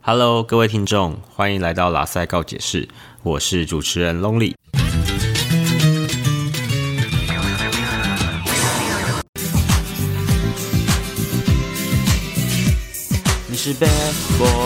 Hello， 各位听众，欢迎来到拉塞告解室，我是主持人 Lonely。你是 bad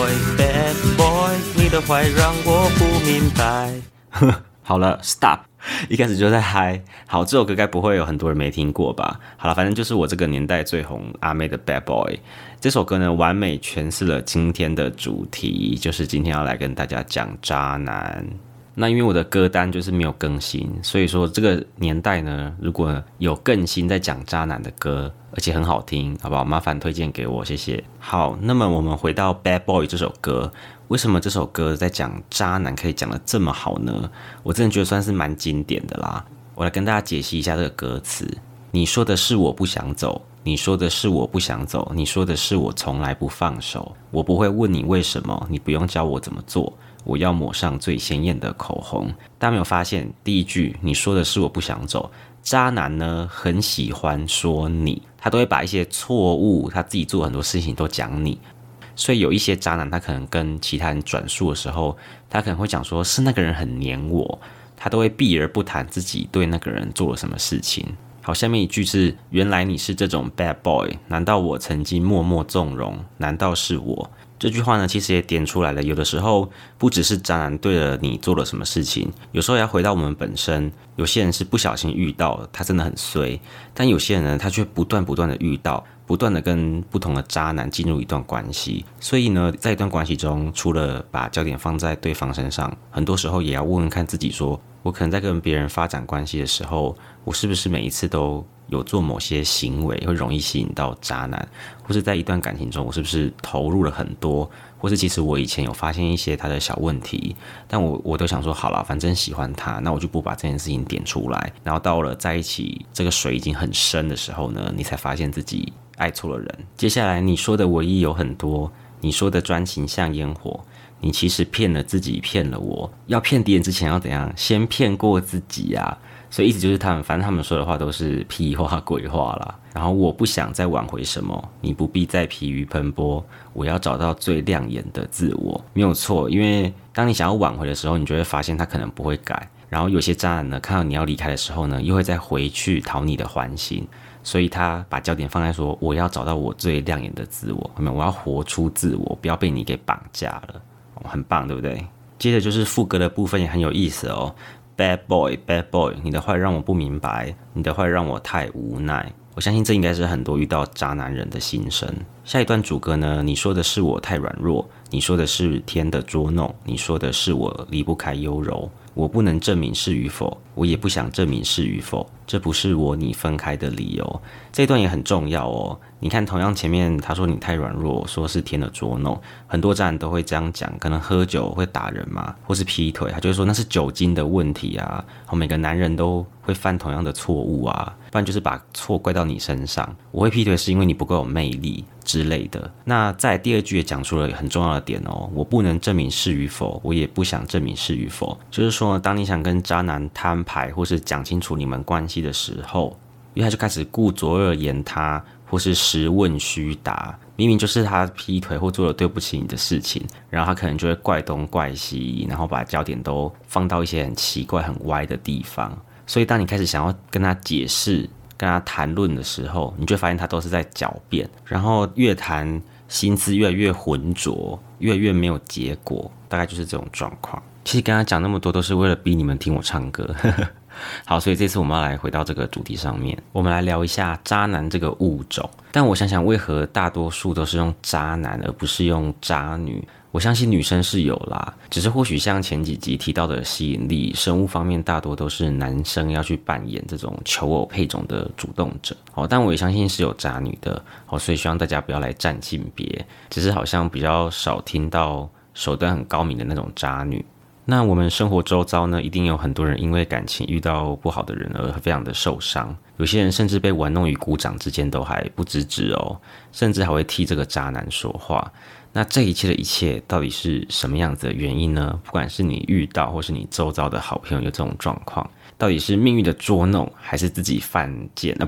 boy， 你的坏让我不明白。好了 ，Stop。一开始就在嗨，好，这首歌该不会有很多人没听过吧？好了，反正就是我这个年代最红阿妹的 Bad Boy 这首歌呢，完美诠释了今天的主题，就是今天要来跟大家讲渣男。那因为我的歌单就是没有更新，所以说这个年代呢，如果有更新在讲渣男的歌，而且很好听，好不好？麻烦推荐给我，谢谢。好，那么我们回到 Bad Boy 这首歌，为什么这首歌在讲渣男可以讲得这么好呢？我真的觉得算是蛮经典的啦。我来跟大家解析一下这个歌词。你说的是我不想走，你说的是我不想走，你说的是我从来不放手。我不会问你为什么，你不用教我怎么做。我要抹上最鲜艳的口红。大家没有发现第一句你说的是我不想走，渣男呢很喜欢说你，他都会把一些错误他自己做很多事情都讲你。所以有一些渣男他可能跟其他人转述的时候，他可能会讲说是那个人很黏我，他都会避而不谈自己对那个人做了什么事情。好，下面一句是原来你是这种 bad boy， 难道我曾经默默纵容，难道是我？这句话呢其实也点出来了，有的时候不只是渣男对了你做了什么事情，有时候也要回到我们本身。有些人是不小心遇到，他真的很衰，但有些人呢他却不断的遇到，不断的跟不同的渣男进入一段关系。所以呢在一段关系中，除了把焦点放在对方身上，很多时候也要问问看自己说，我可能在跟别人发展关系的时候，我是不是每一次都有做某些行为会容易吸引到渣男，或是在一段感情中我是不是投入了很多，或是其实我以前有发现一些他的小问题，但我都想说好啦，反正喜欢他，那我就不把这件事情点出来，然后到了在一起这个水已经很深的时候呢，你才发现自己爱错了人。接下来你说的唯一有很多，你说的专情像烟火，你其实骗了自己，骗了我。要骗敌人之前要怎样？先骗过自己啊！所以意思就是反正他们说的话都是屁话鬼话啦。然后我不想再挽回什么，你不必再疲于奔波，我要找到最亮眼的自我。没有错，因为当你想要挽回的时候，你就会发现他可能不会改。然后有些渣男呢，看到你要离开的时候呢，又会再回去讨你的欢心。所以他把焦点放在说，我要找到我最亮眼的自我，我要活出自我，不要被你给绑架了。很棒，对不对？接着就是副歌的部分也很有意思哦。Bad boy, bad boy， 你的坏让我不明白，你的坏让我太无奈。我相信这应该是很多遇到渣男人的心声。下一段主歌呢，你说的是我太软弱，你说的是天的捉弄，你说的是我离不开优柔。我不能证明是与否，我也不想证明是与否，这不是我你分开的理由。这一段也很重要哦。你看，同样前面他说你太软弱，说是天的捉弄，很多渣男都会这样讲，可能喝酒会打人嘛，或是劈腿，他就会说那是酒精的问题啊。每个男人都会犯同样的错误啊，不然就是把错怪到你身上。我会劈腿是因为你不够有魅力之类的。那在第二句也讲出了很重要的点哦，我不能证明是与否，我也不想证明是与否。就是说，当你想跟渣男摊牌或是讲清楚你们关系的时候，因为他就开始顾左右而言他，或是实问虚答，明明就是他劈腿或做了对不起你的事情，然后他可能就会怪东怪西，然后把焦点都放到一些很奇怪很歪的地方。所以当你开始想要跟他解释跟他谈论的时候，你就会发现他都是在狡辩，然后越谈心思越来越浑浊，越来越没有结果，大概就是这种状况。其实跟他讲那么多都是为了逼你们听我唱歌好，所以这次我们要来回到这个主题上面，我们来聊一下渣男这个物种。但我想想，为何大多数都是用渣男而不是用渣女？我相信女生是有啦，只是或许像前几集提到的吸引力生物方面，大多都是男生要去扮演这种求偶配种的主动者。但我也相信是有渣女的，所以希望大家不要来占性别，只是好像比较少听到手段很高明的那种渣女。那我们生活周遭呢，一定有很多人因为感情遇到不好的人而非常的受伤，有些人甚至被玩弄于股掌之间都还不自知哦，甚至还会替这个渣男说话。那这一切的一切到底是什么样子的原因呢？不管是你遇到或是你周遭的好朋友有这种状况，到底是命运的捉弄还是自己犯贱？不是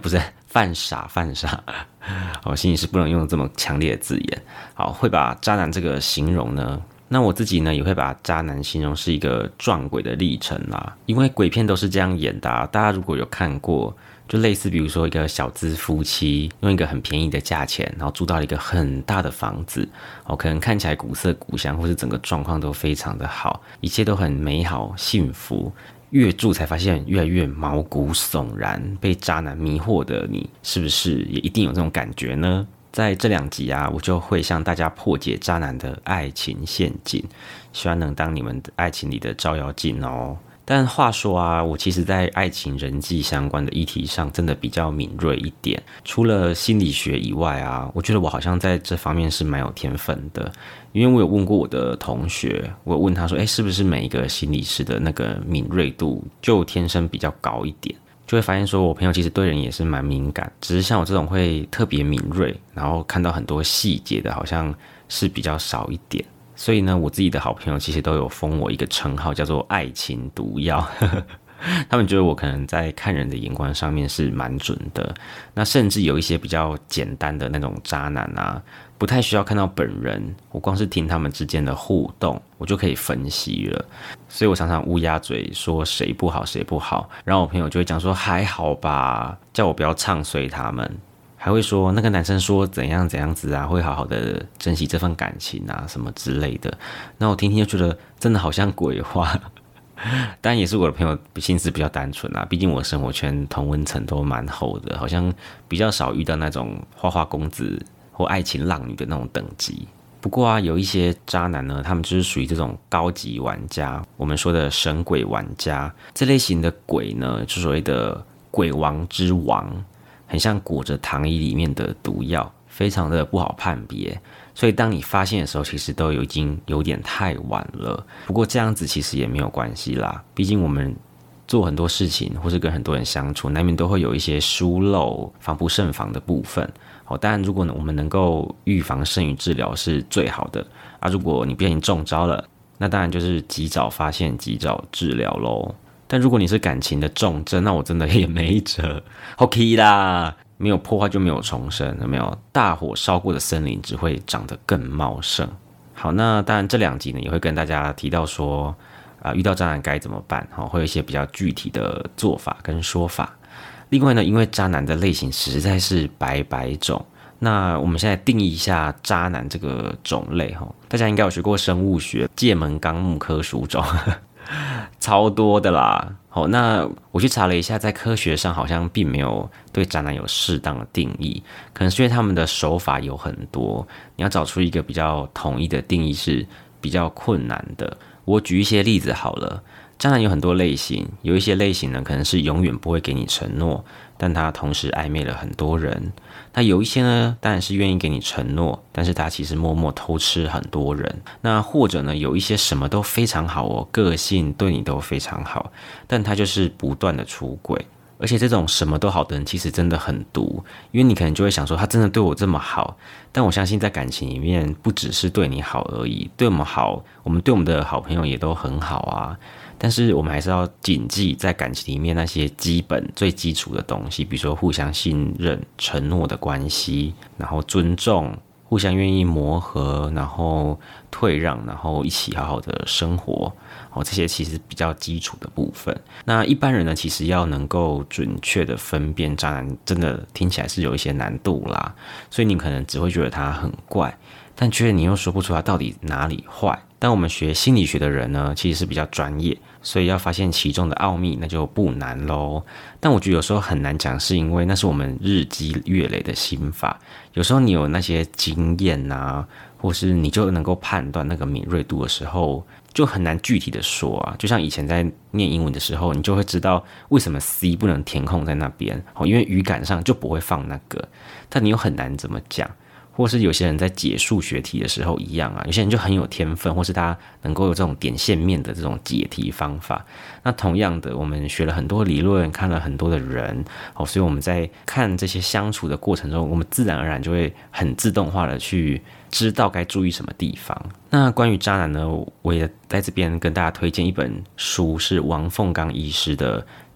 犯傻，心理师不能用这么强烈的字眼。好，会把渣男这个形容呢，那我自己呢也会把渣男形容是一个撞鬼的历程啦，因为鬼片都是这样演的啊。大家如果有看过，就类似比如说一个小资夫妻用一个很便宜的价钱，然后租到了一个很大的房子，可能看起来古色古香，或是整个状况都非常的好，一切都很美好幸福。越住才发现越来越毛骨悚然，被渣男迷惑的你，是不是也一定有这种感觉呢？在这2集啊，我就会向大家破解渣男的爱情陷阱，希望能当你们爱情里的照妖镜哦。但话说啊，我其实在爱情人际相关的议题上真的比较敏锐一点。除了心理学以外啊，我觉得我好像在这方面是蛮有天分的。因为我有问过我的同学，我有问他说，是不是每一个心理师的那个敏锐度就天生比较高一点？就会发现说我朋友其实对人也是蛮敏感，只是像我这种会特别敏锐，然后看到很多细节的，好像是比较少一点。所以呢，我自己的好朋友其实都有封我一个称号，叫做爱情毒药。他们觉得我可能在看人的眼光上面是蛮准的。那甚至有一些比较简单的那种渣男啊，不太需要看到本人，我光是听他们之间的互动，我就可以分析了。所以我常常乌鸦嘴说谁不好谁不好，然后我朋友就会讲说还好吧，叫我不要唱衰他们。还会说那个男生说怎样怎样子啊，会好好的珍惜这份感情啊什么之类的。那我听听就觉得真的好像鬼话。当然也是我的朋友心思比较单纯啊，毕竟我生活圈同温层都蛮厚的，好像比较少遇到那种花花公子或爱情浪女的那种等级。不过啊，有一些渣男呢，他们就是属于这种高级玩家，我们说的神鬼玩家。这类型的鬼呢，就所谓的鬼王之王，很像裹着糖衣里面的毒药，非常的不好判别。所以当你发现的时候，其实都已经有点太晚了。不过这样子其实也没有关系啦，毕竟我们做很多事情，或是跟很多人相处，难免都会有一些疏漏、防不胜防的部分。当然如果我们能够预防胜于治疗是最好的啊。如果你不小心中招了，那当然就是及早发现、及早治疗咯。但如果你是感情的重症，那我真的也没辙。OK 啦，没有破坏就没有重生，有没有？大火烧过的森林只会长得更茂盛。好，那当然这2集呢也会跟大家提到说，遇到渣男该怎么办？会有一些比较具体的做法跟说法。另外呢，因为渣男的类型实在是百百种，那我们现在定义一下渣男这个种类。大家应该有学过生物学，界门纲目科属种。超多的啦。好，那我去查了一下，在科学上好像并没有对渣男有适当的定义，可能是因为他们的手法有很多，你要找出一个比较统一的定义是比较困难的。我举一些例子好了。渣男有很多类型，有一些类型呢可能是永远不会给你承诺，但他同时暧昧了很多人。那有一些呢当然是愿意给你承诺，但是他其实默默偷吃很多人。那或者呢有一些什么都非常好哦，个性对你都非常好，但他就是不断的出轨。而且这种什么都好的人其实真的很毒，因为你可能就会想说他真的对我这么好，但我相信在感情里面不只是对你好而已，对我们好，我们对我们的好朋友也都很好啊。但是我们还是要谨记在感情里面那些基本最基础的东西，比如说互相信任、承诺的关系，然后尊重，互相愿意磨合，然后退让，然后一起好好的生活。这些其实比较基础的部分。那一般人呢，其实要能够准确的分辨渣男，真的听起来是有一些难度啦。所以你可能只会觉得他很怪，但觉得你又说不出他到底哪里坏。但我们学心理学的人呢，其实是比较专业，所以要发现其中的奥秘，那就不难咯。但我觉得有时候很难讲，是因为那是我们日积月累的心法。有时候你有那些经验啊，或是你就能够判断那个敏锐度的时候，就很难具体的说啊。就像以前在念英文的时候，你就会知道为什么 C 不能填空在那边，因为语感上就不会放那个，但你又很难怎么讲。或是有些人在解数学题的时候一样啊，有些人就很有天分，或是他能够有这种点线面的这种解题方法。那同样的，我们学了很多理论，看了很多的人，所以我们在看这些相处的过程中，我们自然而然就会很自动化的去知道该注意什么地方。那关于渣男呢，我也在这边跟大家推荐一本书，是王凤刚医师的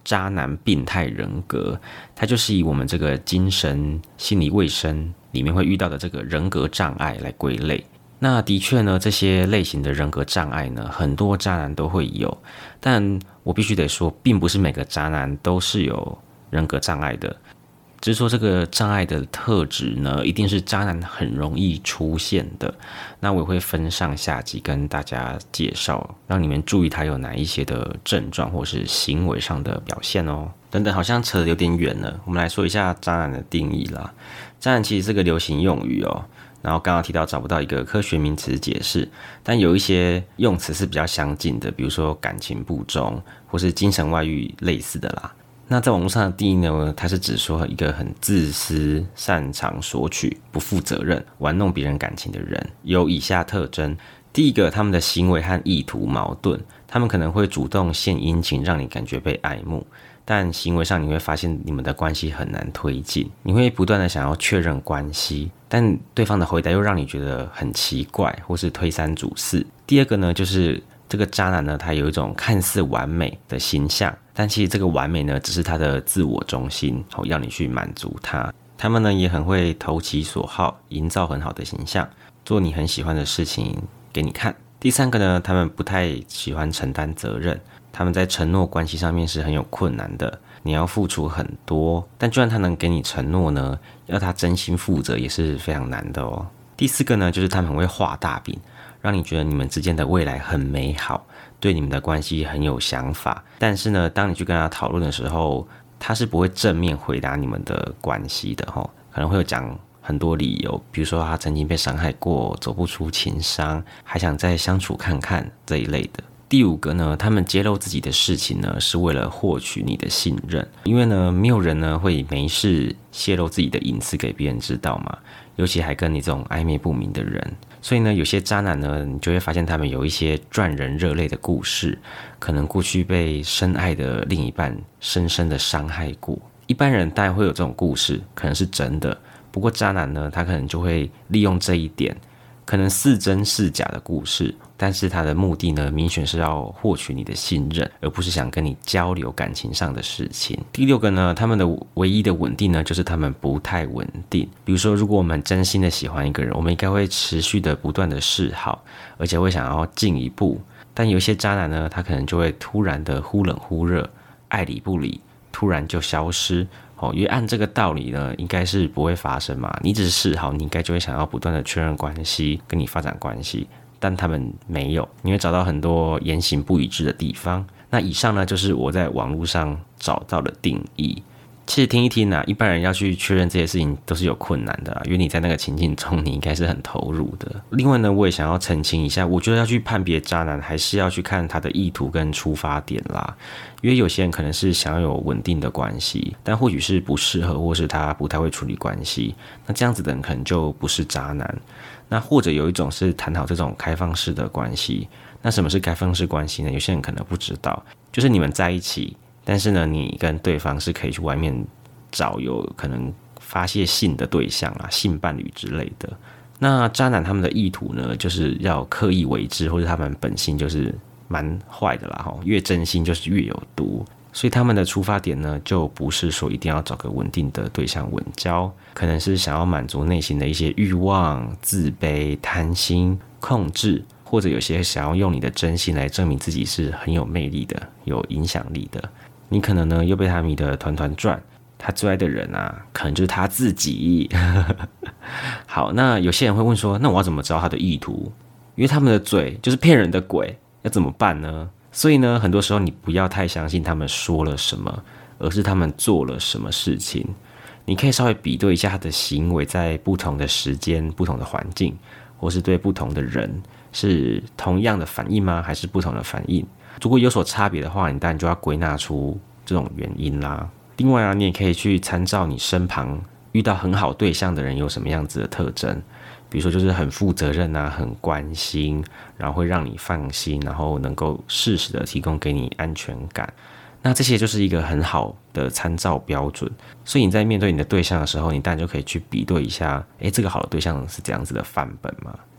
渣男病态人格，它就是以我们这个精神心理卫生里面会遇到的这个人格障碍来归类。那的确呢，这些类型的人格障碍呢，很多渣男都会有，但我必须得说，并不是每个渣男都是有人格障碍的。只是说这个障碍的特质呢，一定是渣男很容易出现的。那我也会分上下集跟大家介绍，让你们注意他有哪一些的症状或是行为上的表现哦。等等，好像扯得有点远了，我们来说一下渣男的定义啦。渣男其实是个流行用语哦，然后刚刚提到找不到一个科学名词解释，但有一些用词是比较相近的，比如说感情不忠或是精神外遇类似的啦。那在网络上的定义呢，它是指说一个很自私、擅长索取、不负责任、玩弄别人感情的人，有以下特征。第一个，他们的行为和意图矛盾，他们可能会主动献殷勤，让你感觉被爱慕，但行为上你会发现你们的关系很难推进，你会不断的想要确认关系，但对方的回答又让你觉得很奇怪，或是推三阻四。第二个呢，就是这个渣男呢，他有一种看似完美的形象，但其实这个完美呢，只是他的自我中心，要你去满足他。他们呢也很会投其所好，营造很好的形象，做你很喜欢的事情给你看。第三个呢，他们不太喜欢承担责任，他们在承诺关系上面是很有困难的，你要付出很多，但就算他能给你承诺呢，要他真心负责也是非常难的哦。第四个呢，就是他们很会画大饼，让你觉得你们之间的未来很美好，对你们的关系很有想法，但是呢，当你去跟他讨论的时候，他是不会正面回答你们的关系的齁，可能会有讲很多理由，比如说他曾经被伤害过，走不出情伤，还想再相处看看这一类的。第五个呢，他们揭露自己的事情呢，是为了获取你的信任，因为呢，没有人呢会没事泄露自己的隐私给别人知道嘛，尤其还跟你这种暧昧不明的人。所以呢，有些渣男呢，你就会发现他们有一些赚人热泪的故事，可能过去被深爱的另一半深深的伤害过。一般人当然会有这种故事，可能是真的，不过渣男呢，他可能就会利用这一点，可能是真是假的故事，但是他的目的呢，明显是要获取你的信任，而不是想跟你交流感情上的事情。第六个呢，他们的唯一的稳定呢，就是他们不太稳定。比如说，如果我们真心的喜欢一个人，我们应该会持续的不断的示好，而且会想要进一步。但有一些渣男呢，他可能就会突然的忽冷忽热，爱理不理，突然就消失。因为按这个道理呢，应该是不会发生嘛。你只是示好，你应该就会想要不断的确认关系，跟你发展关系。但他们没有，你会找到很多言行不一致的地方。那以上呢，就是我在网络上找到的定义。其实听一听啊，一般人要去确认这些事情都是有困难的啦，因为你在那个情境中，你应该是很投入的。另外呢，我也想要澄清一下，我觉得要去判别渣男，还是要去看他的意图跟出发点啦。因为有些人可能是想要有稳定的关系，但或许是不适合，或是他不太会处理关系，那这样子的人可能就不是渣男。那或者有一种是谈好这种开放式的关系。那什么是开放式关系呢？有些人可能不知道，就是你们在一起，但是呢，你跟对方是可以去外面找有可能发泄性的对象啊，性伴侣之类的。那渣男他们的意图呢，就是要刻意为之，或者他们本性就是蛮坏的啦，越真心就是越有毒。所以他们的出发点呢，就不是说一定要找个稳定的对象稳交，可能是想要满足内心的一些欲望、自卑、贪心、控制，或者有些想要用你的真心来证明自己是很有魅力的、有影响力的。你可能呢又被他迷得团团转，他最爱的人啊，可能就是他自己。好，那有些人会问说，那我要怎么知道他的意图？因为他们的嘴就是骗人的鬼，要怎么办呢？所以呢，很多时候你不要太相信他们说了什么，而是他们做了什么事情。你可以稍微比对一下他的行为，在不同的时间、不同的环境，或是对不同的人，是同样的反应吗？还是不同的反应？如果有所差别的话，你当然就要归纳出这种原因啦。另外啊，你也可以去参照你身旁遇到很好对象的人有什么样子的特征。比如说就是很负责任啊，很关心，然后会让你放心，然后能够适时的提供给你安全感。那这些就是一个很好的参照标准。所以你在面对你的对象的时候，你当然就可以去比对一下，这个好的对象是这样子的范本嘛。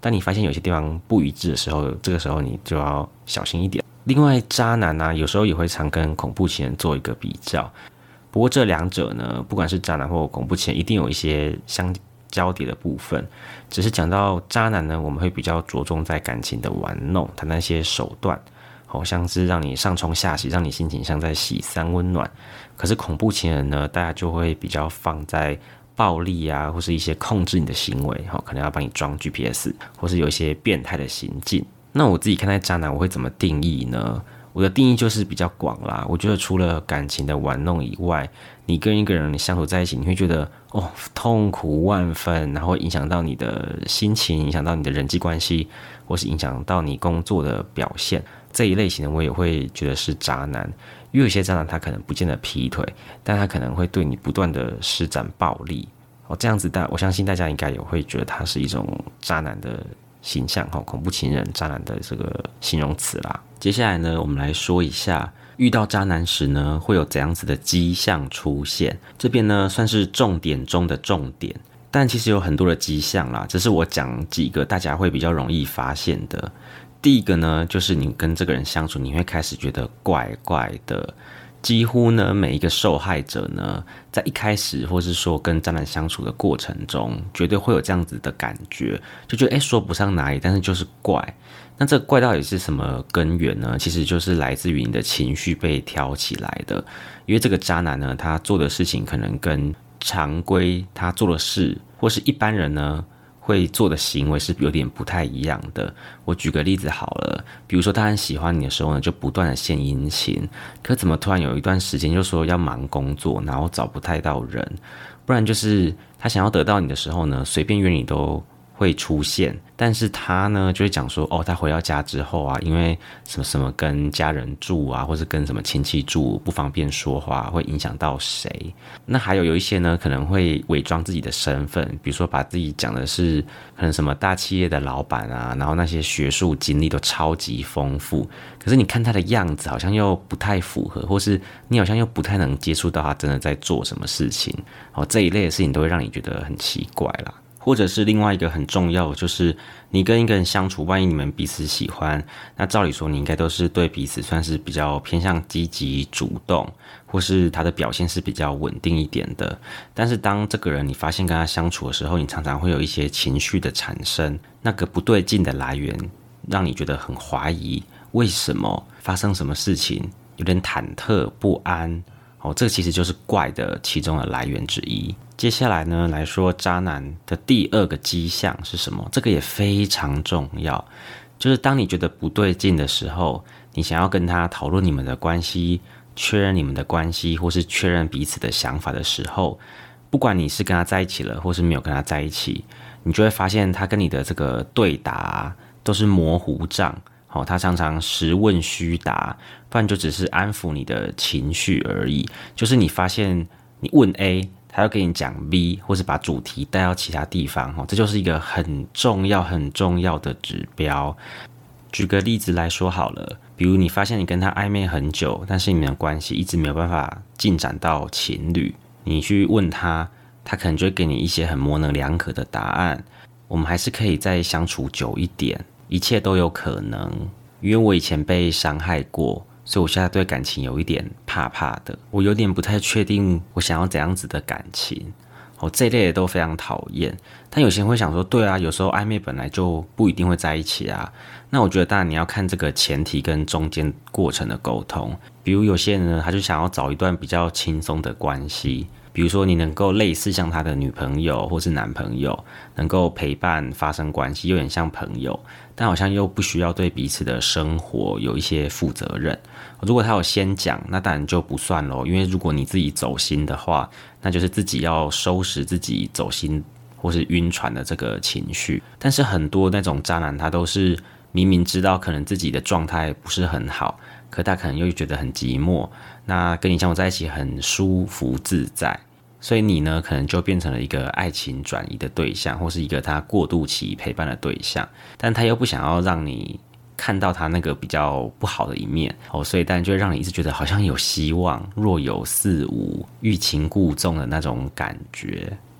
当你发现有些地方不一致的时候，这个时候你就要小心一点。另外，渣男啊，有时候也会常跟恐怖情人做一个比较。不过这两者呢，不管是渣男或恐怖情人，一定有一些相交叠的部分。只是讲到渣男呢，我们会比较着重在感情的玩弄，他那些手段，好像是让你上冲下洗，让你心情像在洗三温暖。可是恐怖情人呢，大家就会比较放在暴力啊，或是一些控制你的行为，可能要帮你装 GPS， 或是有一些变态的行径。那我自己看待渣男，我会怎么定义呢？我的定义就是比较广啦。我觉得除了感情的玩弄以外，你跟一个人你相处在一起，你会觉得痛苦万分，然后影响到你的心情，影响到你的人际关系，或是影响到你工作的表现，这一类型的我也会觉得是渣男。因为有些渣男他可能不见得劈腿，但他可能会对你不断的施展暴力，这样子我相信大家应该也会觉得他是一种渣男的形象，恐怖情人、渣男的这个形容词啦。接下来呢，我们来说一下遇到渣男时呢，会有怎样子的迹象出现。这边呢，算是重点中的重点，但其实有很多的迹象啦，只是我讲几个大家会比较容易发现的。第一个呢，就是你跟这个人相处，你会开始觉得怪怪的。几乎呢，每一个受害者呢，在一开始或是说跟渣男相处的过程中，绝对会有这样子的感觉，就觉得说不上哪里，但是就是怪。那这个怪到底是什么根源呢？其实就是来自于你的情绪被挑起来的。因为这个渣男呢，他做的事情可能跟常规他做的事，或是一般人呢会做的行为是有点不太一样的。我举个例子好了，比如说他很喜欢你的时候呢，就不断的献殷勤，可怎么突然有一段时间就说要忙工作，然后找不太到人，不然就是他想要得到你的时候呢，随便约你都会出现，但是他呢就会讲说，他回到家之后啊，因为什么什么跟家人住啊，或是跟什么亲戚住，不方便说话，会影响到谁。那还有一些呢，可能会伪装自己的身份，比如说把自己讲的是可能什么大企业的老板啊，然后那些学术经历都超级丰富，可是你看他的样子好像又不太符合，或是你好像又不太能接触到他真的在做什么事情，这一类的事情都会让你觉得很奇怪啦。或者是另外一个很重要，就是你跟一个人相处，万一你们彼此喜欢，那照理说你应该都是对彼此算是比较偏向积极主动，或是他的表现是比较稳定一点的。但是当这个人你发现跟他相处的时候，你常常会有一些情绪的产生，那个不对劲的来源让你觉得很怀疑，为什么发生什么事情，有点忐忑不安，这个其实就是怪的其中的来源之一。接下来呢，来说渣男的第二个迹象是什么？这个也非常重要，就是当你觉得不对劲的时候，你想要跟他讨论你们的关系，确认你们的关系，或是确认彼此的想法的时候，不管你是跟他在一起了，或是没有跟他在一起，你就会发现他跟你的这个对答都是模糊账。他常常实问虚答，不然就只是安抚你的情绪而已。就是你发现你问 A， 他要跟你讲 B， 或是把主题带到其他地方，这就是一个很重要很重要的指标。举个例子来说好了，比如你发现你跟他暧昧很久，但是你们的关系一直没有办法进展到情侣，你去问他，他可能就会给你一些很模棱两可的答案。我们还是可以再相处久一点，一切都有可能。因为我以前被伤害过，所以我现在对感情有一点怕怕的，我有点不太确定我想要怎样子的感情。这一类的都非常讨厌。但有些人会想说，对啊，有时候暧昧本来就不一定会在一起啊。那我觉得当然你要看这个前提跟中间过程的沟通。比如有些人呢，他就想要找一段比较轻松的关系，比如说你能够类似像他的女朋友或是男朋友，能够陪伴发生关系，有点像朋友，但好像又不需要对彼此的生活有一些负责任。如果他有先讲，那当然就不算咯，因为如果你自己走心的话，那就是自己要收拾自己走心或是晕船的这个情绪。但是很多那种渣男，他都是明明知道可能自己的状态不是很好，可他可能又觉得很寂寞，那跟你相处在一起很舒服自在，所以你呢可能就变成了一个爱情转移的对象，或是一个他过渡期陪伴的对象，但他又不想要让你看到他那个比较不好的一面，所以当然就会让你一直觉得好像有希望，若有似无，欲擒故纵的那种感觉。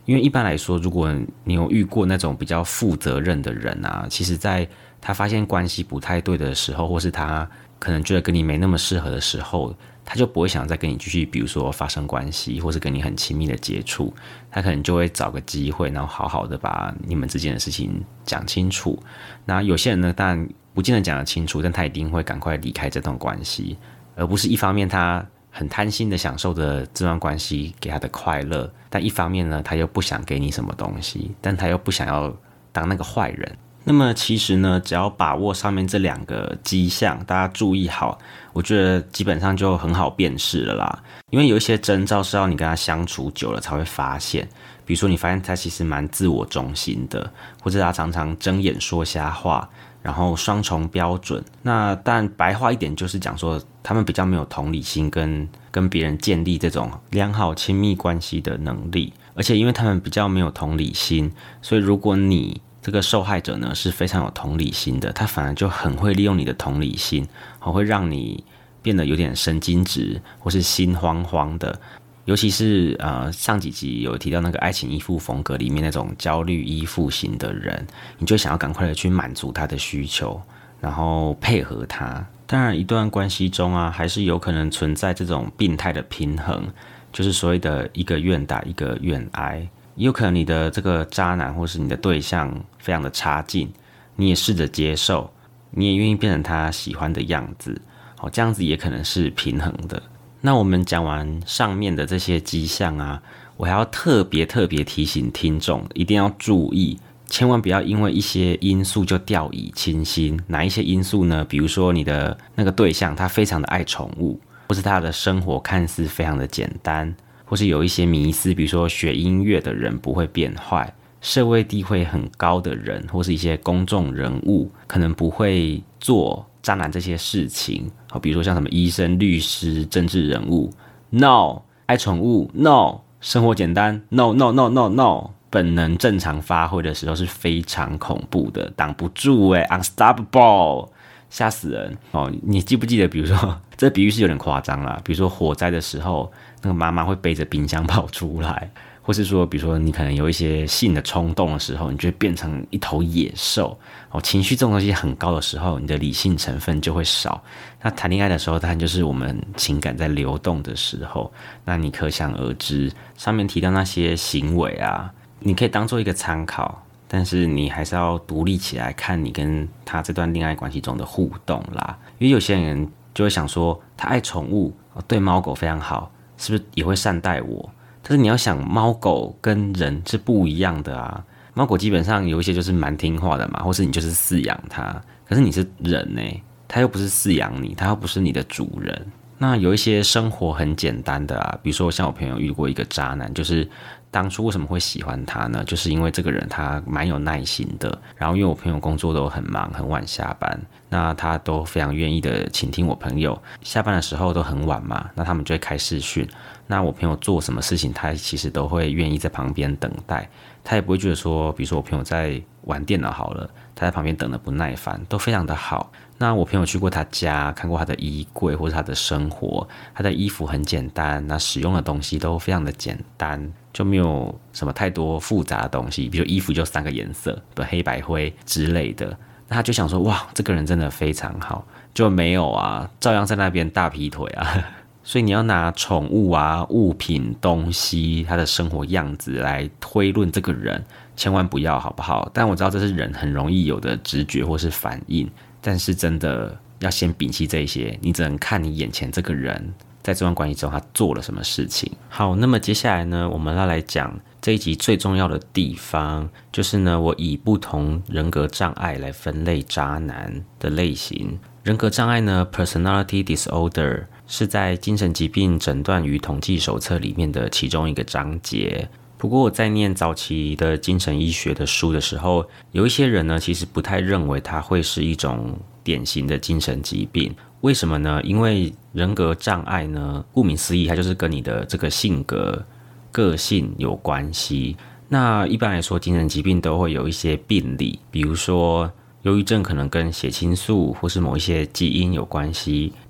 因为一般来说，如果你有遇过那种比较负责任的人啊，其实在他发现关系不太对的时候，或是他可能觉得跟你没那么适合的时候，他就不会想再跟你继续，比如说发生关系，或是跟你很亲密的接触，他可能就会找个机会，然后好好的把你们之间的事情讲清楚。那有些人呢，当然不见得讲得清楚，但他一定会赶快离开这段关系，而不是一方面他很贪心的享受着这段关系给他的快乐，但一方面呢，他又不想给你什么东西，但他又不想要当那个坏人。那么其实呢，只要把握上面这2个迹象，大家注意好，我觉得基本上就很好辨识了啦。因为有一些征兆是要你跟他相处久了才会发现，比如说你发现他其实蛮自我中心的，或者他常常睁眼说瞎话，然后双重标准。那但白话一点就是讲说，他们比较没有同理心跟别人建立这种良好亲密关系的能力，而且因为他们比较没有同理心，所以如果你这个受害者呢是非常有同理心的，他反而就很会利用你的同理心，会让你变得有点神经质或是心慌慌的。尤其是上几集有提到那个爱情依附风格里面那种焦虑依附型的人，你就想要赶快的去满足他的需求，然后配合他。当然一段关系中啊，还是有可能存在这种病态的平衡，就是所谓的一个愿打一个愿挨。也有可能你的这个渣男或是你的对象非常的差劲，你也试着接受，你也愿意变成他喜欢的样子，这样子也可能是平衡的。那我们讲完上面的这些迹象啊，我还要特别提醒听众，一定要注意，千万不要因为一些因素就掉以轻心。哪一些因素呢？比如说你的那个对象他非常的爱宠物，或是他的生活看似非常的简单，或是有一些迷思，比如说学音乐的人不会变坏，社会地位很高的人，或是一些公众人物可能不会做渣男这些事情，比如说像什么医生、律师、政治人物 ，no， 爱宠物 ，no， 生活简单 ，no， 本能正常发挥的时候是非常恐怖的，挡不住unstoppable， 吓死人哦！你记不记得，比如说这比喻是有点夸张啦，比如说火灾的时候，那个妈妈会背着冰箱跑出来。或是说比如说你可能有一些性的冲动的时候，你就会变成一头野兽，情绪这种东西很高的时候，你的理性成分就会少。那谈恋爱的时候当然就是我们情感在流动的时候，那你可想而知上面提到那些行为啊，你可以当做一个参考，但是你还是要独立起来看你跟他这段恋爱关系中的互动啦。因为有些人就会想说，他爱宠物，对猫狗非常好，是不是也会善待我？但是你要想，猫狗跟人是不一样的啊。猫狗基本上有一些就是蛮听话的嘛，或是你就是饲养它，可是你是人它又不是饲养你，它又不是你的主人。那有一些生活很简单的啊，比如说像我朋友遇过一个渣男，就是当初为什么会喜欢他呢？就是因为这个人他蛮有耐心的，然后因为我朋友工作都很忙，很晚下班，那他都非常愿意的倾听我朋友，下班的时候都很晚嘛，那他们就会开视讯，那我朋友做什么事情，他其实都会愿意在旁边等待，他也不会觉得说，比如说我朋友在玩电脑好了，他在旁边等得不耐烦，都非常的好。那我朋友去过他家，看过他的衣柜或者他的生活，他的衣服很简单，那使用的东西都非常的简单，就没有什么太多复杂的东西，比如衣服就3个颜色，比如黑白灰之类的。那他就想说，哇，这个人真的非常好，就没有啊，照样在那边大劈腿啊。所以你要拿宠物啊、物品、东西，他的生活样子来推论这个人，千万不要，好不好？但我知道这是人很容易有的直觉或是反应，但是真的要先摒弃这些，你只能看你眼前这个人在这段关系中他做了什么事情。好，那么接下来呢，我们要来讲这一集最重要的地方，就是呢，我以不同人格障碍来分类渣男的类型。人格障碍呢 ，personality disorder 是在精神疾病诊断与统计手册里面的其中一个章节。不过我在念早期的精神医学的书的时候，有一些人呢，其实不太认为它会是一种典型的精神疾病。为什么呢？因为人格障碍呢，顾名思义，它就是跟你的这个性格、个性有关系。那一般来说，精神疾病都会有一些病理，比如说忧郁症可能跟血清素或是某一些基因有关系，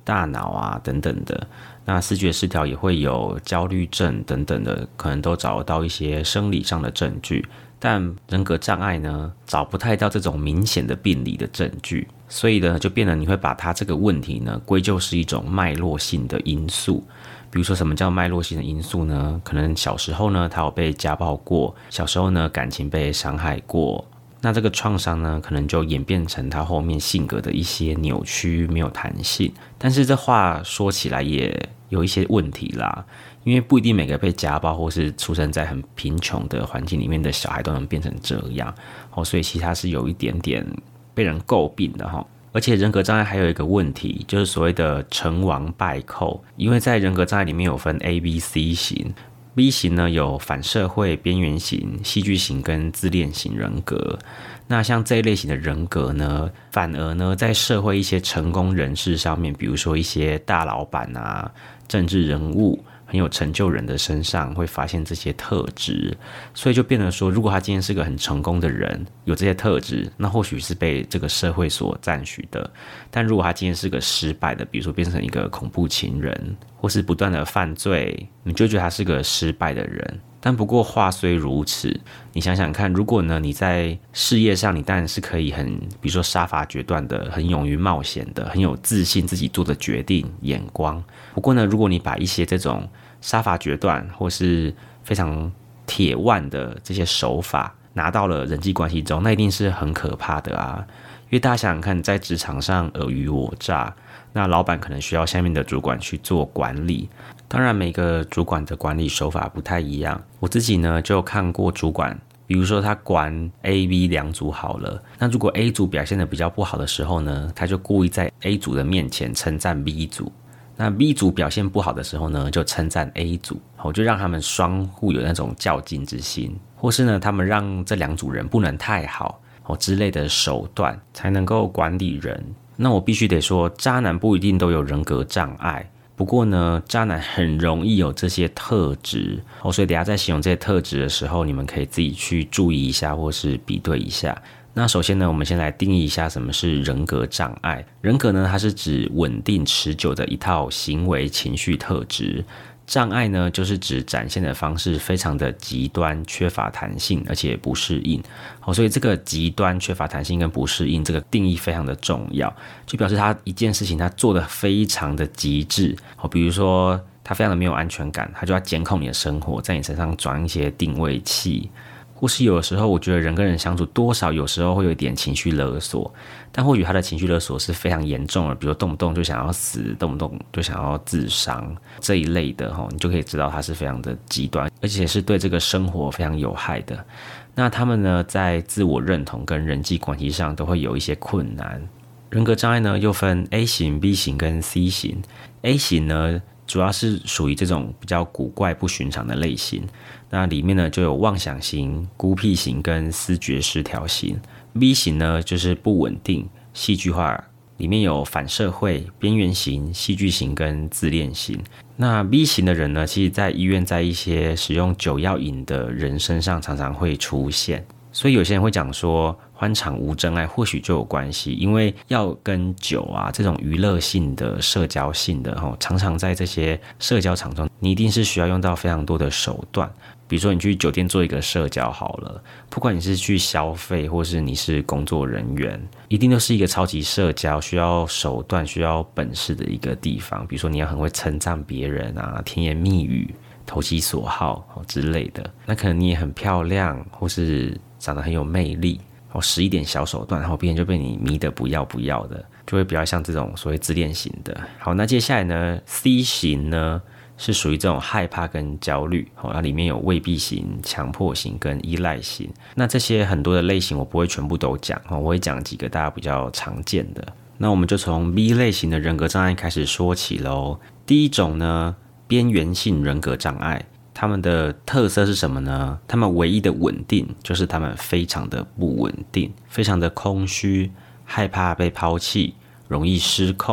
大脑啊等等的。那思觉失调也会有焦虑症等等的，可能都找得到一些生理上的证据。但人格障碍呢，找不太到这种明显的病理的证据，所以呢，就变得你会把它这个问题呢，归咎是一种脉络性的因素。比如说，什么叫脉络性的因素呢？可能小时候呢，他有被家暴过，小时候呢，感情被伤害过。那这个创伤呢，可能就演变成他后面性格的一些扭曲，没有弹性。但是这话说起来也有一些问题啦，因为不一定每个被家暴或是出生在很贫穷的环境里面的小孩都能变成这样，所以其实他是有一点点被人诟病的哈。而且人格障碍还有一个问题，就是所谓的成王败寇，因为在人格障碍里面有分 A、B、C 型。B 型呢有反社会、边缘型、戏剧型跟自恋型人格。那像这一类型的人格呢，反而呢在社会一些成功人士上面，比如说一些大老板啊、政治人物、很有成就人的身上会发现这些特质，所以就变得说，如果他今天是个很成功的人，有这些特质，那或许是被这个社会所赞许的。但如果他今天是个失败的，比如说变成一个恐怖情人，或是不断的犯罪，你就觉得他是个失败的人。但不过话虽如此，你想想看，如果呢你在事业上，你当然是可以很，比如说杀伐决断的，很勇于冒险的，很有自信自己做的决定眼光。不过呢，如果你把一些这种杀伐决断或是非常铁腕的这些手法拿到了人际关系中，那一定是很可怕的啊！因为大家想想看，在职场上尔虞我诈，那老板可能需要下面的主管去做管理。当然，每个主管的管理手法不太一样。我自己呢，就看过主管，比如说他管 A、B 两组好了，那如果 A 组表现得比较不好的时候呢，他就故意在 A 组的面前称赞 B 组。那 B 组表现不好的时候呢，就称赞 A 组，就让他们双互有那种较劲之心，或是呢，他们让这两组人不能太好之类的手段，才能够管理人。那我必须得说，渣男不一定都有人格障碍，不过呢，渣男很容易有这些特质所以等一下在形容这些特质的时候，你们可以自己去注意一下，或是比对一下。那首先呢，我们先来定义一下什么是人格障碍。人格呢，它是指稳定持久的一套行为情绪特质。障碍呢，就是指展现的方式非常的极端，缺乏弹性，而且不适应。所以这个极端、缺乏弹性跟不适应这个定义非常的重要，就表示他一件事情他做的非常的极致。比如说他非常的没有安全感，他就要监控你的生活，在你身上装一些定位器。或是有的时候，我觉得人跟人相处多少有时候会有一点情绪勒索，但或许他的情绪勒索是非常严重的，比如动不动就想要死，动不动就想要自伤这一类的，你就可以知道他是非常的极端，而且是对这个生活非常有害的。那他们呢，在自我认同跟人际关系上都会有一些困难。人格障碍呢，又分 A 型、B 型跟 C 型。A 型呢，主要是属于这种比较古怪不寻常的类型，那里面呢就有妄想型、孤僻型跟思觉失调型。B 型呢就是不稳定、戏剧化，里面有反社会、边缘型、戏剧型跟自恋型。那 B 型的人呢，其实在医院在一些使用酒药瘾的人身上常常会出现，所以有些人会讲说欢场无真爱，或许就有关系，因为药跟酒啊这种娱乐性的、社交性的常常在这些社交场中，你一定是需要用到非常多的手段。比如说你去酒店做一个社交好了，不管你是去消费或是你是工作人员，一定都是一个超级社交需要手段需要本事的一个地方。比如说你要很会称赞别人啊，甜言蜜语、投其所好之类的。那可能你也很漂亮，或是长得很有魅力，使一点小手段，然后别人就被你迷得不要不要的，就会比较像这种所谓自恋型的。好，那接下来呢 C 型呢是属于这种害怕跟焦虑，那里面有畏避型、强迫型跟依赖型。那这些很多的类型我不会全部都讲，我会讲几个大家比较常见的。那我们就从 B 类型的人格障碍开始说起咯。第一种呢，边缘性人格障碍。他们的特色是什么呢？他们唯一的稳定就是他们非常的不稳定，非常的空虚，害怕被抛弃，容易失控，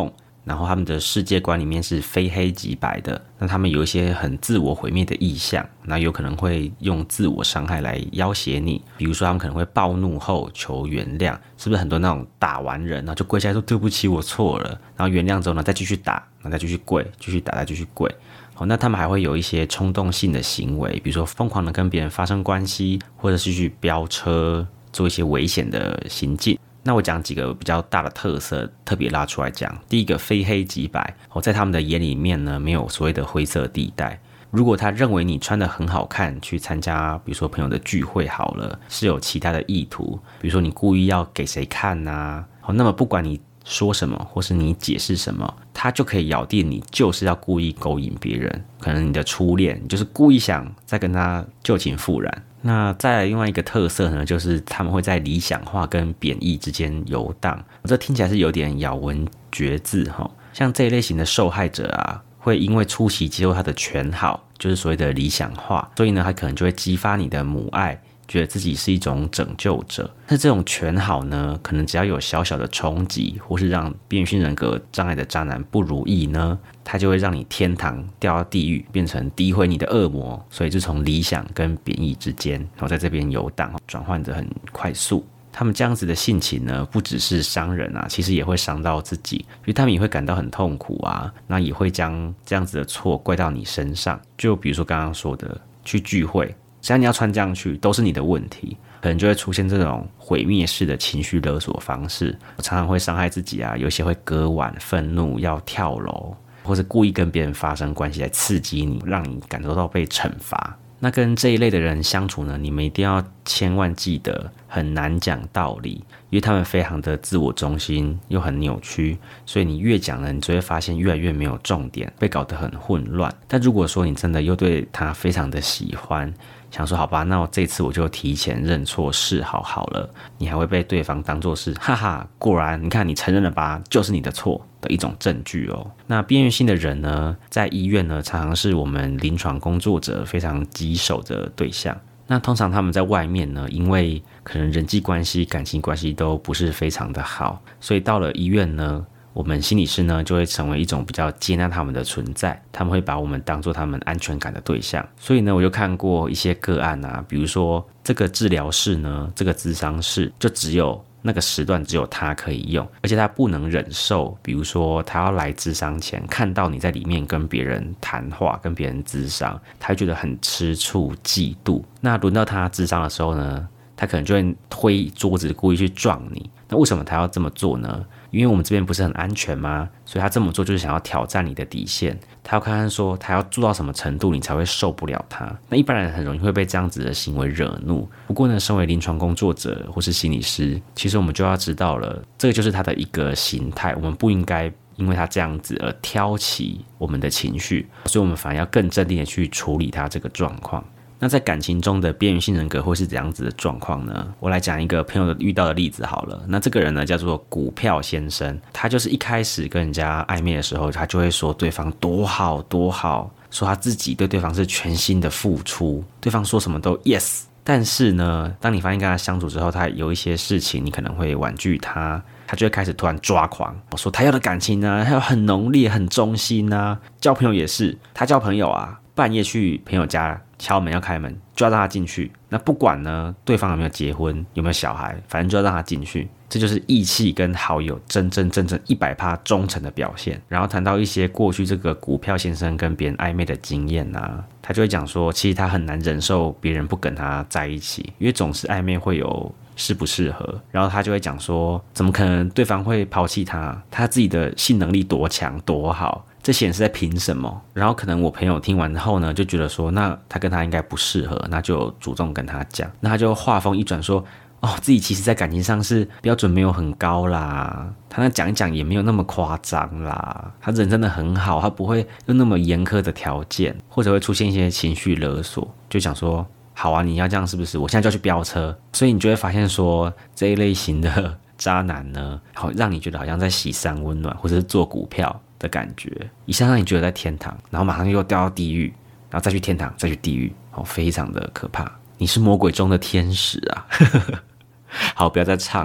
然后他们的世界观里面是非黑即白的，那他们有一些很自我毁灭的意向，那有可能会用自我伤害来要挟你，比如说他们可能会暴怒后求原谅，是不是很多那种打完人然后就跪下来说对不起我错了，然后原谅之后呢再继续打，然后再继续跪，继续打再继续跪。好，那他们还会有一些冲动性的行为，比如说疯狂的跟别人发生关系，或者是去飙车，做一些危险的行径。那我讲几个比较大的特色，特别拉出来讲。第一个，非黑即白，在他们的眼里面呢，没有所谓的灰色地带。如果他认为你穿得很好看，去参加比如说朋友的聚会好了，是有其他的意图，比如说你故意要给谁看啊，那么不管你说什么或是你解释什么，他就可以咬定你就是要故意勾引别人，可能你的初恋，你就是故意想再跟他旧情复燃。那再来另外一个特色呢，就是他们会在理想化跟贬义之间游荡，这听起来是有点咬文嚼字齁。像这一类型的受害者啊，会因为初期接受他的全好，就是所谓的理想化，所以呢，他可能就会激发你的母爱，觉得自己是一种拯救者。但这种全好呢，可能只要有小小的冲击，或是让边缘性人格障碍的渣男不如意呢，他就会让你天堂掉到地狱，变成诋毁你的恶魔。所以就从理想跟贬义之间，然后在这边游荡，转换得很快速。他们这样子的性情呢，不只是伤人啊，其实也会伤到自己，因为他们也会感到很痛苦啊，那也会将这样子的错怪到你身上。就比如说刚刚说的，去聚会，只要你要穿这样去，都是你的问题，可能就会出现这种毁灭式的情绪勒索方式，常常会伤害自己啊，有些会割腕、愤怒、要跳楼，或是故意跟别人发生关系来刺激你，让你感受到被惩罚。那跟这一类的人相处呢，你们一定要千万记得，很难讲道理，因为他们非常的自我中心，又很扭曲，所以你越讲呢，你就会发现越来越没有重点，被搞得很混乱。但如果说你真的又对他非常的喜欢，想说好吧，那我这次我就提前认错示好好了，你还会被对方当作是哈哈，果然你看你承认了吧，就是你的错的一种证据哦。那边缘性的人呢，在医院呢，常常是我们临床工作者非常棘手的对象。那通常他们在外面呢，因为可能人际关系、感情关系都不是非常的好，所以到了医院呢，我们心理师呢就会成为一种比较接纳他们的存在，他们会把我们当作他们安全感的对象。所以呢，我就看过一些个案啊，比如说这个治疗室呢，这个咨商室就只有那个时段只有他可以用，而且他不能忍受，比如说他要来咨商前看到你在里面跟别人谈话、跟别人咨商，他会觉得很吃醋、嫉妒。那轮到他咨商的时候呢，他可能就会推桌子，故意去撞你。那为什么他要这么做呢？因为我们这边不是很安全吗？所以他这么做就是想要挑战你的底线，他要看看说他要做到什么程度你才会受不了他。那一般人很容易会被这样子的行为惹怒。不过呢，身为临床工作者或是心理师，其实我们就要知道了，这个就是他的一个形态，我们不应该因为他这样子而挑起我们的情绪，所以我们反而要更镇定的去处理他这个状况。那在感情中的边缘性人格会是怎样子的状况呢？我来讲一个朋友遇到的例子好了。那这个人呢叫做股票先生，他就是一开始跟人家暧昧的时候，他就会说对方多好多好，说他自己对对方是全心的付出，对方说什么都 yes。但是呢，当你发现跟他相处之后，他有一些事情你可能会婉拒他，他就会开始突然抓狂，说他要的感情呢，他要很浓烈、很忠心啊。交朋友也是，他交朋友啊，半夜去朋友家敲门要开门，就要让他进去。那不管呢对方有没有结婚，有没有小孩，反正就要让他进去。这就是义气跟好友真正100%忠诚的表现。然后谈到一些过去这个股票先生跟别人暧昧的经验啊，他就会讲说，其实他很难忍受别人不跟他在一起，因为总是暧昧会有适不适合。然后他就会讲说，怎么可能对方会抛弃他？他自己的性能力多强多好，这些人是在凭什么？然后可能我朋友听完后呢，就觉得说，那他跟他应该不适合，那就主动跟他讲。那他就话锋一转说，自己其实在感情上是标准没有很高啦，他那讲一讲也没有那么夸张啦，他人真的很好，他不会用那么严苛的条件，或者会出现一些情绪勒索，就讲说好啊，你要这样是不是？我现在就要去飙车。所以你就会发现说，这一类型的渣男呢，好让你觉得好像在洗三温暖，或者是做股票的感觉，一下让你觉得在天堂，然后马上又掉到地狱，然后再去天堂，再去地狱，非常的可怕。你是魔鬼中的天使啊！好，不要再唱了。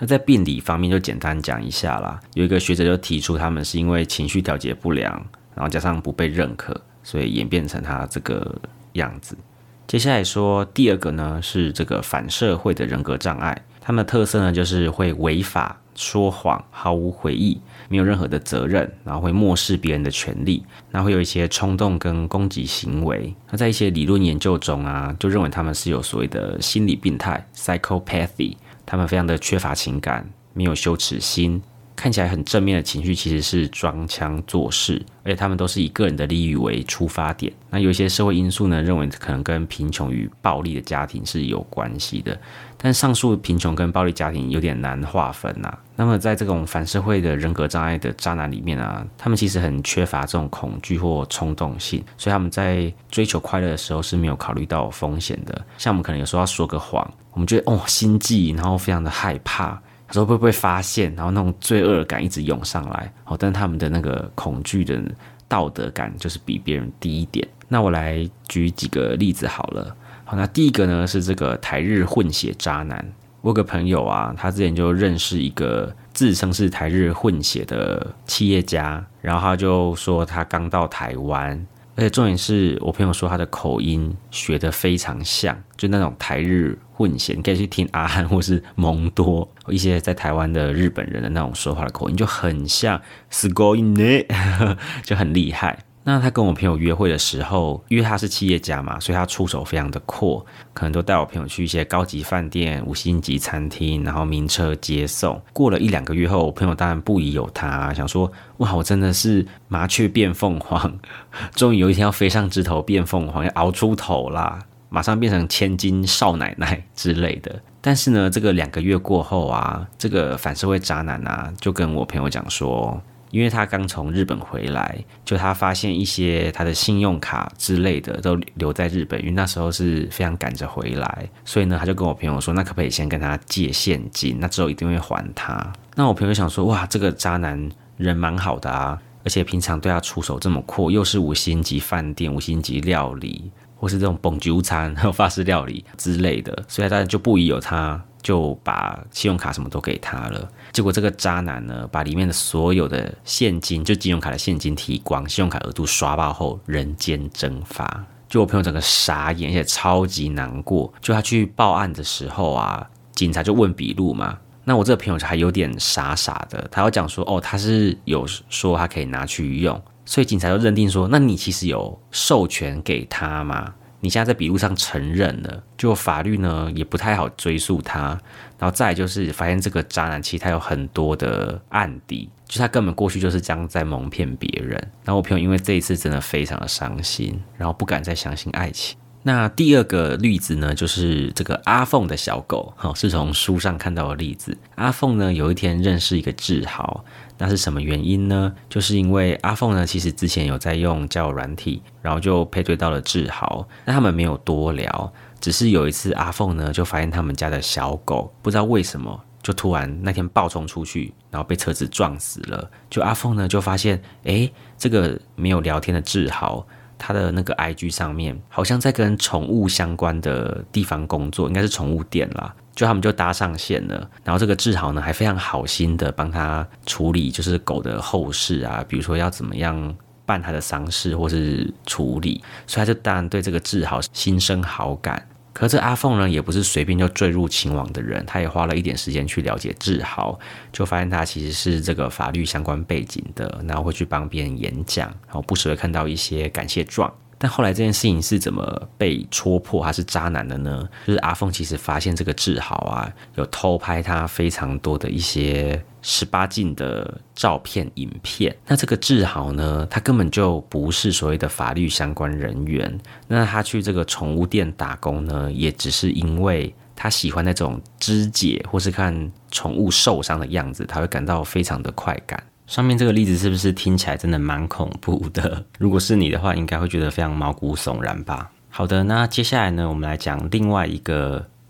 那在病理方面就简单讲一下啦，有一个学者就提出他们是因为情绪调节不良，然后加上不被认可，所以演变成他这个样子。接下来说第二个呢是这个反社会的人格障碍，他们的特色呢就是会违法、说谎、毫无悔意，没有任何的责任，然后会漠视别人的权利，那会有一些冲动跟攻击行为。那在一些理论研究中啊，就认为他们是有所谓的心理病态 psychopathy， 他们非常的缺乏情感，没有羞耻心，看起来很正面的情绪其实是装腔作势，而且他们都是以个人的利益为出发点。那有一些社会因素呢，认为可能跟贫穷与暴力的家庭是有关系的，但上述贫穷跟暴力家庭有点难划分啊。那么在这种反社会的人格障碍的渣男里面啊，他们其实很缺乏这种恐惧或冲动性，所以他们在追求快乐的时候是没有考虑到风险的。像我们可能有时候要说个谎，我们觉得心悸，然后非常的害怕，说会不会发现，然后那种罪恶感一直涌上来，但是他们的那个恐惧的道德感就是比别人低一点。那我来举几个例子好了。好，那第一个呢是这个台日混血渣男。我有个朋友啊，他之前就认识一个自称是台日混血的企业家，然后他就说他刚到台湾，而且重点是我朋友说他的口音学得非常像，就那种台日混血，你可以去听阿汉或是蒙多一些在台湾的日本人的那种说话的口音，就很像すごいね就很厉害。那他跟我朋友约会的时候，因为他是企业家嘛，所以他出手非常的阔，可能都带我朋友去一些高级饭店、5星级餐厅，然后名车接送。过了1-2个月后，我朋友当然不疑有他，想说哇，我真的是麻雀变凤凰，终于有一天要飞上枝头变凤凰，要熬出头啦，马上变成千金少奶奶之类的。但是呢，这个2个月过后啊，这个反社会渣男啊，就跟我朋友讲说，因为他刚从日本回来，就他发现一些他的信用卡之类的都留在日本，因为那时候是非常赶着回来，所以呢，他就跟我朋友说，那可不可以先跟他借现金，那之后一定会还他。那我朋友想说，哇，这个渣男人蛮好的啊，而且平常对他出手这么阔，又是5星级饭店、5星级料理，或是这种蹦酒餐还有法式料理之类的，所以他当然就不疑有他，就把信用卡什么都给他了。结果这个渣男呢，把里面的所有的现金，就金融卡的现金提光，信用卡额度刷爆后人间蒸发。就我朋友整个傻眼，而且超级难过。就他去报案的时候啊，警察就问笔录嘛，那我这个朋友还有点傻傻的，他要讲说他是有说他可以拿去用，所以警察就认定说，那你其实有授权给他吗？你现在在笔录上承认了，就法律呢也不太好追溯他。然后再来就是发现这个渣男其实他有很多的案底，就是他根本过去就是这样在蒙骗别人。然后我朋友因为这一次真的非常的伤心，然后不敢再相信爱情。那第二个例子呢，就是这个阿凤的小狗，是从书上看到的例子。阿凤呢有一天认识一个志豪，那是什么原因呢？就是因为阿凤呢其实之前有在用交友软体，然后就配对到了志豪，但他们没有多聊，只是有一次阿凤呢就发现他们家的小狗不知道为什么就突然那天暴冲出去，然后被车子撞死了。就阿凤呢就发现这个没有聊天的志豪，他的那个 IG 上面好像在跟宠物相关的地方工作，应该是宠物店啦，就他们就搭上线了。然后这个志豪呢还非常好心的帮他处理就是狗的后事啊，比如说要怎么样办他的丧事或是处理，所以他就当然对这个志豪心生好感。可是这阿凤呢也不是随便就坠入情网的人，他也花了一点时间去了解志豪，就发现他其实是这个法律相关背景的，然后会去帮别人演讲，然后不时会看到一些感谢状。但后来这件事情是怎么被戳破他是渣男的呢？就是阿凤其实发现这个志豪啊有偷拍他非常多的一些18禁的照片影片。那这个志豪呢，他根本就不是所谓的法律相关人员，那他去这个宠物店打工呢，也只是因为他喜欢那种肢解或是看宠物受伤的样子，他会感到非常的快感。上面这个例子是不是听起来真的蛮恐怖的？如果是你的话，应该会觉得非常毛骨悚然吧。好的，那接下来呢，我们来讲另外一个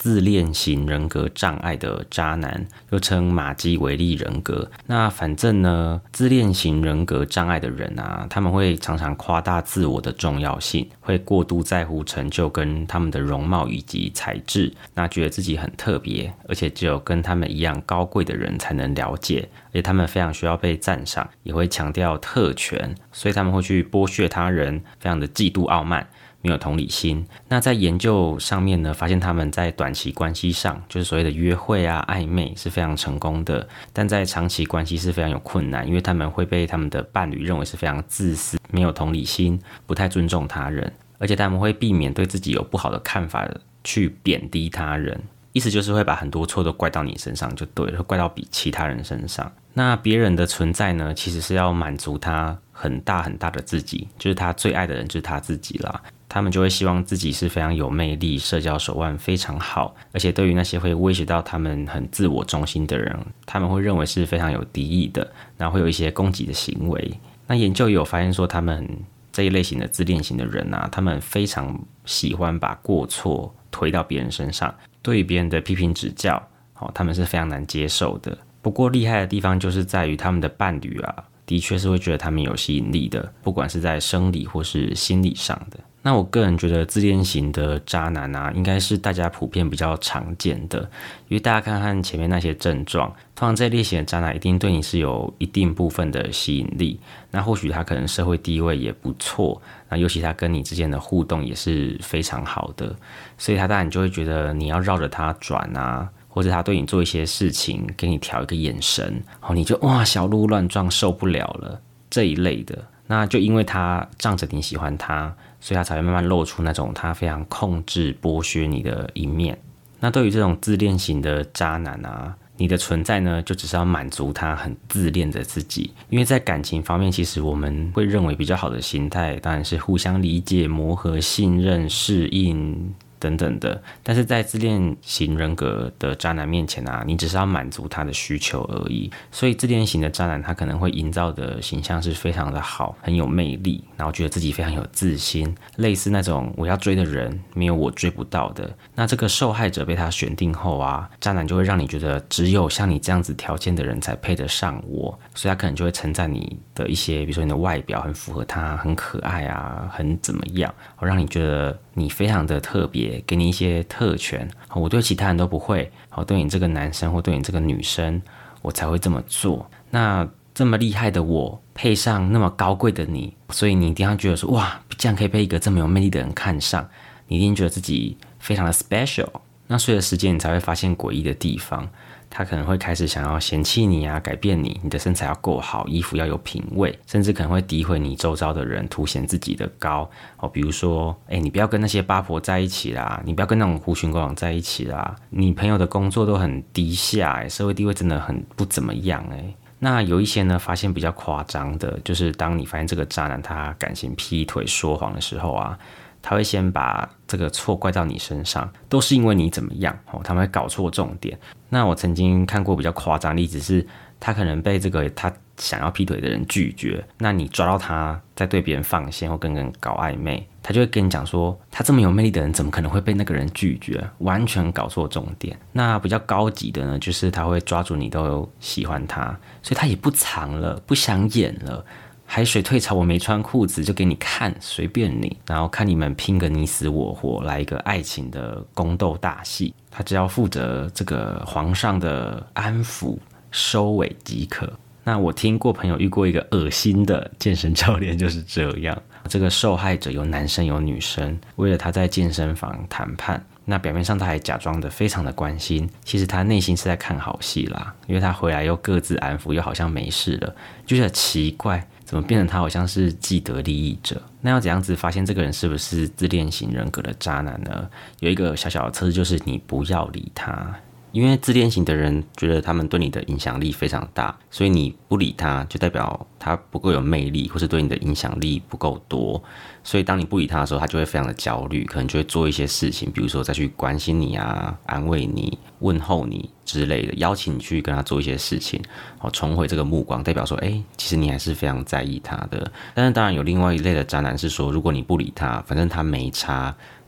自恋型人格障碍的渣男，又称马基维利人格。那反正呢，自恋型人格障碍的人啊，他们会常常夸大自我的重要性，会过度在乎成就跟他们的容貌以及才智，那觉得自己很特别，而且只有跟他们一样高贵的人才能了解，而且他们非常需要被赞赏，也会强调特权，所以他们会去剥削他人，非常的嫉妒傲慢，没有同理心。那在研究上面呢，发现他们在短期关系上，就是所谓的约会啊、暧昧是非常成功的，但在长期关系是非常有困难，因为他们会被他们的伴侣认为是非常自私、没有同理心、不太尊重他人，而且他们会避免对自己有不好的看法去贬低他人。意思就是会把很多错都怪到你身上就对了，会怪到比其他人身上。那别人的存在呢，其实是要满足他很大很大的自己，就是他最爱的人就是他自己啦。他们就会希望自己是非常有魅力，社交手腕非常好，而且对于那些会威胁到他们很自我中心的人，他们会认为是非常有敌意的，然后会有一些攻击的行为。那研究也有发现说，他们这一类型的自恋型的人啊，他们非常喜欢把过错推到别人身上，对于别人的批评指教，他们是非常难接受的。不过厉害的地方就是在于他们的伴侣啊，的确是会觉得他们有吸引力的，不管是在生理或是心理上的。那我个人觉得自恋型的渣男啊，应该是大家普遍比较常见的，因为大家看看前面那些症状，通常这类型的渣男一定对你是有一定部分的吸引力，那或许他可能社会地位也不错，那尤其他跟你之间的互动也是非常好的，所以他当然就会觉得你要绕着他转啊，或者他对你做一些事情，给你调一个眼神，你就哇小鹿乱撞受不了了这一类的。那就因为他仗着你喜欢他，所以他才会慢慢露出那种他非常控制剥削你的一面。那对于这种自恋型的渣男啊，你的存在呢，就只是要满足他很自恋的自己。因为在感情方面，其实我们会认为比较好的心态当然是互相理解、磨合、信任、适应等等的，但是在自恋型人格的渣男面前啊，你只是要满足他的需求而已。所以自恋型的渣男他可能会营造的形象是非常的好，很有魅力，然后觉得自己非常有自信，类似那种我要追的人没有我追不到的。那这个受害者被他选定后啊，渣男就会让你觉得只有像你这样子条件的人才配得上我，所以他可能就会称赞你的一些，比如说你的外表很符合他，很可爱啊，很怎么样，让你觉得你非常的特别，给你一些特权，我对其他人都不会，对你这个男生或对你这个女生我才会这么做。那这么厉害的我配上那么高贵的你，所以你一定要觉得说哇，这样可以被一个这么有魅力的人看上，你一定觉得自己非常的 special。 那随着时间你才会发现诡异的地方，他可能会开始想要嫌弃你啊，改变你，你的身材要够好，衣服要有品味，甚至可能会诋毁你周遭的人，凸显自己的高。比如说你不要跟那些八婆在一起啦，你不要跟那种狐群狗党在一起啦，你朋友的工作都很低下，社会地位真的很不怎么样。那有一些呢，发现比较夸张的，就是当你发现这个渣男他感情劈腿说谎的时候啊，他会先把这个错怪到你身上，都是因为你怎么样，他们会搞错重点。那我曾经看过比较夸张的例子是，他可能被这个他想要劈腿的人拒绝，那你抓到他在对别人放线或跟人搞暧昧，他就会跟你讲说，他这么有魅力的人怎么可能会被那个人拒绝，完全搞错重点。那比较高级的呢，就是他会抓住你都喜欢他，所以他也不藏了，不想演了，海水退潮我没穿裤子就给你看，随便你，然后看你们拼个你死我活，来一个爱情的宫斗大戏，他只要负责这个皇上的安抚收尾即可。那我听过朋友遇过一个恶心的健身教练就是这样，这个受害者有男生有女生，为了他在健身房谈判，那表面上他还假装的非常的关心，其实他内心是在看好戏啦，因为他回来又各自安抚，又好像没事了，就觉得奇怪，怎么变成他好像是既得利益者。那要怎样子发现这个人是不是自恋型人格的渣男呢？有一个小小的测试，就是你不要理他。因为自恋型的人觉得他们对你的影响力非常大，所以你不理他就代表他不够有魅力，或是对你的影响力不够多，所以当你不理他的时候，他就会非常的焦虑，可能就会做一些事情，比如说再去关心你啊，安慰你，问候你之类的，邀请你去跟他做一些事情，重回这个目光，代表说其实你还是非常在意他的。但是当然有另外一类的渣男是说，如果你不理他，反正他没差，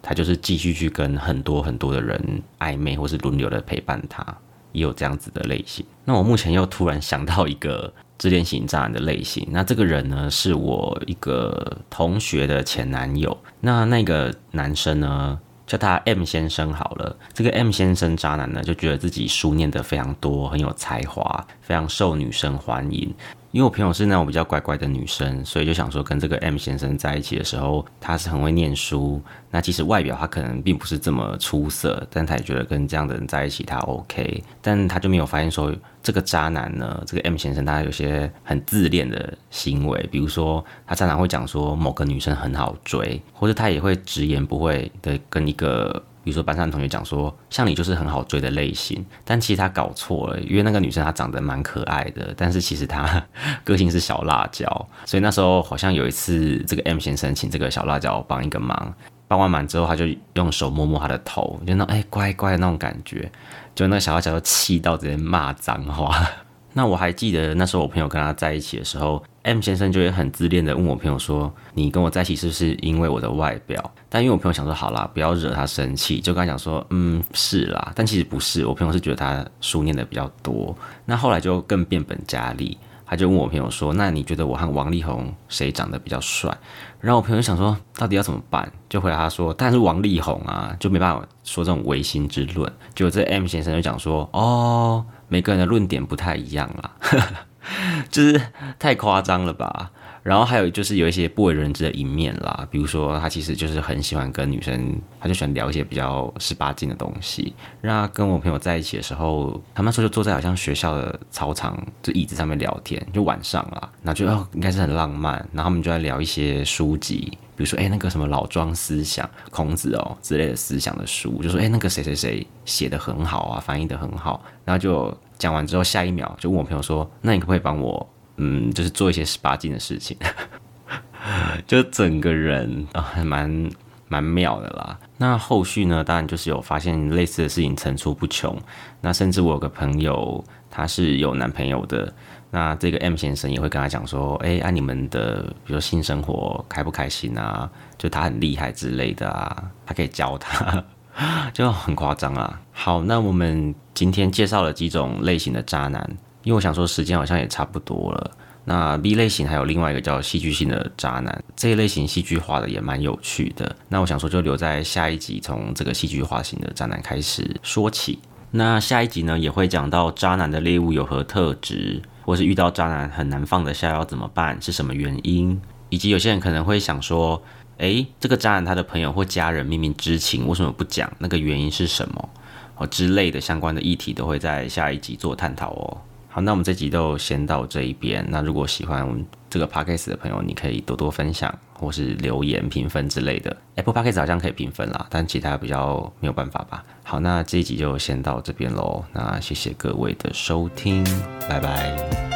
他就是继续去跟很多很多的人暧昧，或是轮流的陪伴他，也有这样子的类型。那我目前又突然想到一个自恋型渣男的类型，那这个人呢是我一个同学的前男友，那个男生呢叫他 M 先生好了。这个 M 先生渣男呢，就觉得自己书念得非常多，很有才华，非常受女生欢迎。因为我朋友是那种比较乖乖的女生，所以就想说跟这个 M 先生在一起的时候，他是很会念书。那即使外表他可能并不是这么出色，但他也觉得跟这样的人在一起他 OK。但他就没有发现说，这个渣男呢，这个 M 先生他有些很自恋的行为，比如说他常常会讲说某个女生很好追，或者他也会直言不讳的跟一个比如说班上的同学讲说，像你就是很好追的类型，但其实他搞错了，因为那个女生她长得蛮可爱的，但是其实她个性是小辣椒，所以那时候好像有一次，这个 M 先生请这个小辣椒帮一个忙，帮完忙之后，他就用手摸摸她的头，就那种乖乖的那种感觉，就那个小辣椒就气到直接骂脏话。那我还记得那时候我朋友跟他在一起的时候，M 先生就会很自恋的问我朋友说：“你跟我在一起是不是因为我的外表？”但因为我朋友想说好啦，不要惹他生气，就跟他讲说：“是啦。”但其实不是，我朋友是觉得他书念的比较多。那后来就更变本加厉，他就问我朋友说：“那你觉得我和王力宏谁长得比较帅？”然后我朋友就想说到底要怎么办，就回答他说：“当然是王力宏啊！”就没办法说这种违心之论。结果这 M 先生就讲说：“哦。”每个人的论点不太一样啦，就是太夸张了吧。然后还有就是有一些不为人知的一面啦，比如说他其实就是很喜欢跟女生，他就喜欢聊一些比较18禁的东西。让他跟我朋友在一起的时候，他们那时候就坐在好像学校的操场就椅子上面聊天，就晚上啦，然后就应该是很浪漫，然后他们就在聊一些书籍。比如说，那个什么老庄思想、孔子之类的思想的书，就说，那个谁谁谁写得很好啊，翻译得很好。然后就讲完之后，下一秒就问我朋友说：“那你可不可以帮我，就是做一些18禁的事情？”就整个人还蛮妙的啦。那后续呢，当然就是有发现类似的事情层出不穷。那甚至我有个朋友，他是有男朋友的。那这个 M 先生也会跟他讲说，你们的比如说性生活开不开心啊？就他很厉害之类的啊，他可以教他，就很夸张啊。好，那我们今天介绍了几种类型的渣男，因为我想说时间好像也差不多了。那 B 类型还有另外一个叫戏剧性的渣男，这一类型戏剧化的也蛮有趣的。那我想说就留在下一集从这个戏剧化型的渣男开始说起。那下一集呢也会讲到渣男的猎物有何特质，或是遇到渣男很难放得下要怎么办，是什么原因，以及有些人可能会想说，这个渣男他的朋友或家人明明知情，为什么不讲？那个原因是什么？之类的相关的议题都会在下一集做探讨哦。好，那我们这集就先到这一边。那如果喜欢这个 Podcast 的朋友，你可以多多分享，或是留言评分之类的。Apple Podcast 好像可以评分啦，但其他比较没有办法吧。好，那这一集就先到这边咯。那谢谢各位的收听，拜拜。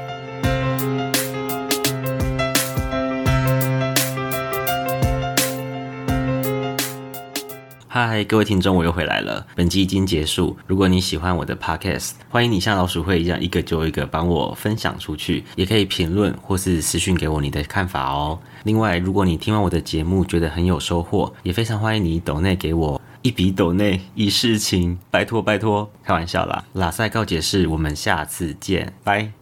嗨，各位听众，我又回来了。本集已经结束。如果你喜欢我的 podcast， 欢迎你像老鼠会一样一个就一个帮我分享出去，也可以评论或是私讯给我你的看法哦。另外，如果你听完我的节目觉得很有收获，也非常欢迎你抖内给我一笔抖内一事情，拜托拜托，开玩笑啦。拉塞告解释，我们下次见，拜。